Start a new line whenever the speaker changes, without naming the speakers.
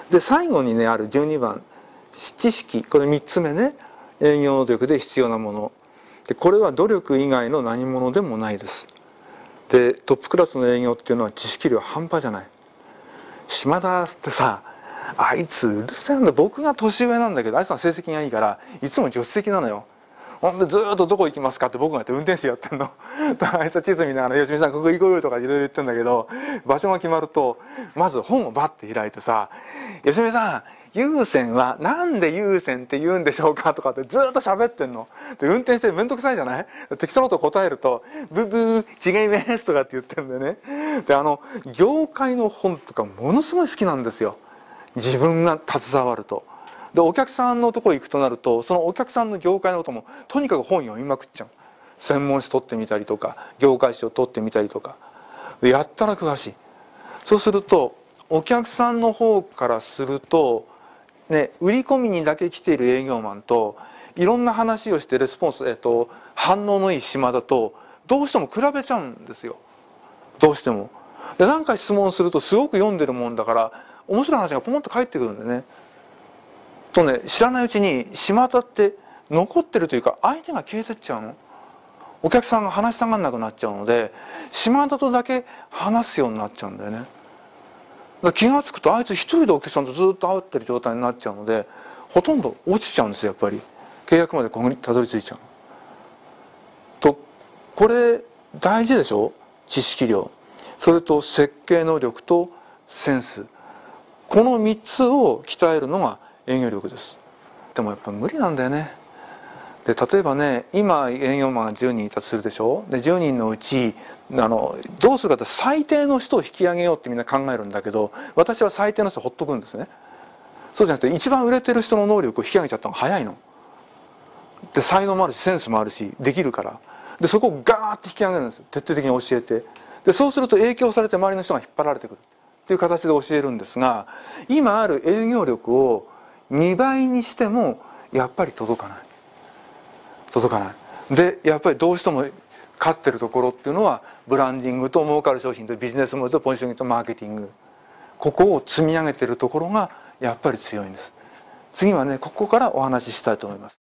で最後にねある12番知識、これ3つ目ね、営業能力で必要なもので、これは努力以外の何者でもないです。でトップクラスの営業っていうのは知識量半端じゃない。島田ってさ、あいつうるさいんだ、僕が年上なんだけどあいつは成績がいいからいつも助手席なのよ。ほんでずっとどこ行きますかって僕がやって運転手やってんの。だからあいつは地図見ながら「よしみさんここ行こうよ」とかいろいろ言ってんだけど、場所が決まるとまず本をバッて開いてさ「よしみさん優先はなんで優先って言うんでしょうか」とかってずっと喋ってんの。で運転して面倒くさいじゃない。適当なこと答えると「ブブー違います」とかって言ってるんだよね。で業界の本とかものすごい好きなんですよ、自分が携わると。でお客さんのところ行くとなるとそのお客さんの業界のこともとにかく本読みまくっちゃう。専門誌取ってみたりとか業界誌を取ってみたりとかやったら詳しい。そうするとお客さんの方からするとね、売り込みにだけ来ている営業マンといろんな話をしてレスポンス、反応のいい島だとどうしても比べちゃうんですよ、どうしても。で何か質問するとすごく読んでるもんだから面白い話がポンと返ってくるんでね。とね、知らないうちに島田って残ってるというか相手が消えてっちゃうの。お客さんが話したがんなくなっちゃうので島田とだけ話すようになっちゃうんだよね。だから気が付くとあいつ一人でお客さんとずっと会ってる状態になっちゃうのでほとんど落ちちゃうんですよ、やっぱり契約までたどり着いちゃうと。これ大事でしょ、知識量、それと設計能力とセンス、この3つを鍛えるのが営業力です。でもやっぱ無理なんだよね。で例えばね今営業マンが10人いたとするでしょ。で10人のうちどうするかって最低の人を引き上げようってみんな考えるんだけど、私は最低の人をほっとくんですね。そうじゃなくて一番売れてる人の能力を引き上げちゃった方が早いの。で才能もあるしセンスもあるしできるから、でそこをガーッて引き上げるんですよ、徹底的に教えて。でそうすると影響されて周りの人が引っ張られてくるっていう形で教えるんですが、今ある営業力を2倍にしてもやっぱり届かないで、やっぱりどうしても勝ってるところっていうのはブランディングと儲かる商品とビジネスモデルとポジショニングとマーケティング、ここを積み上げてるところがやっぱり強いんです。次はねここからお話ししたいと思います。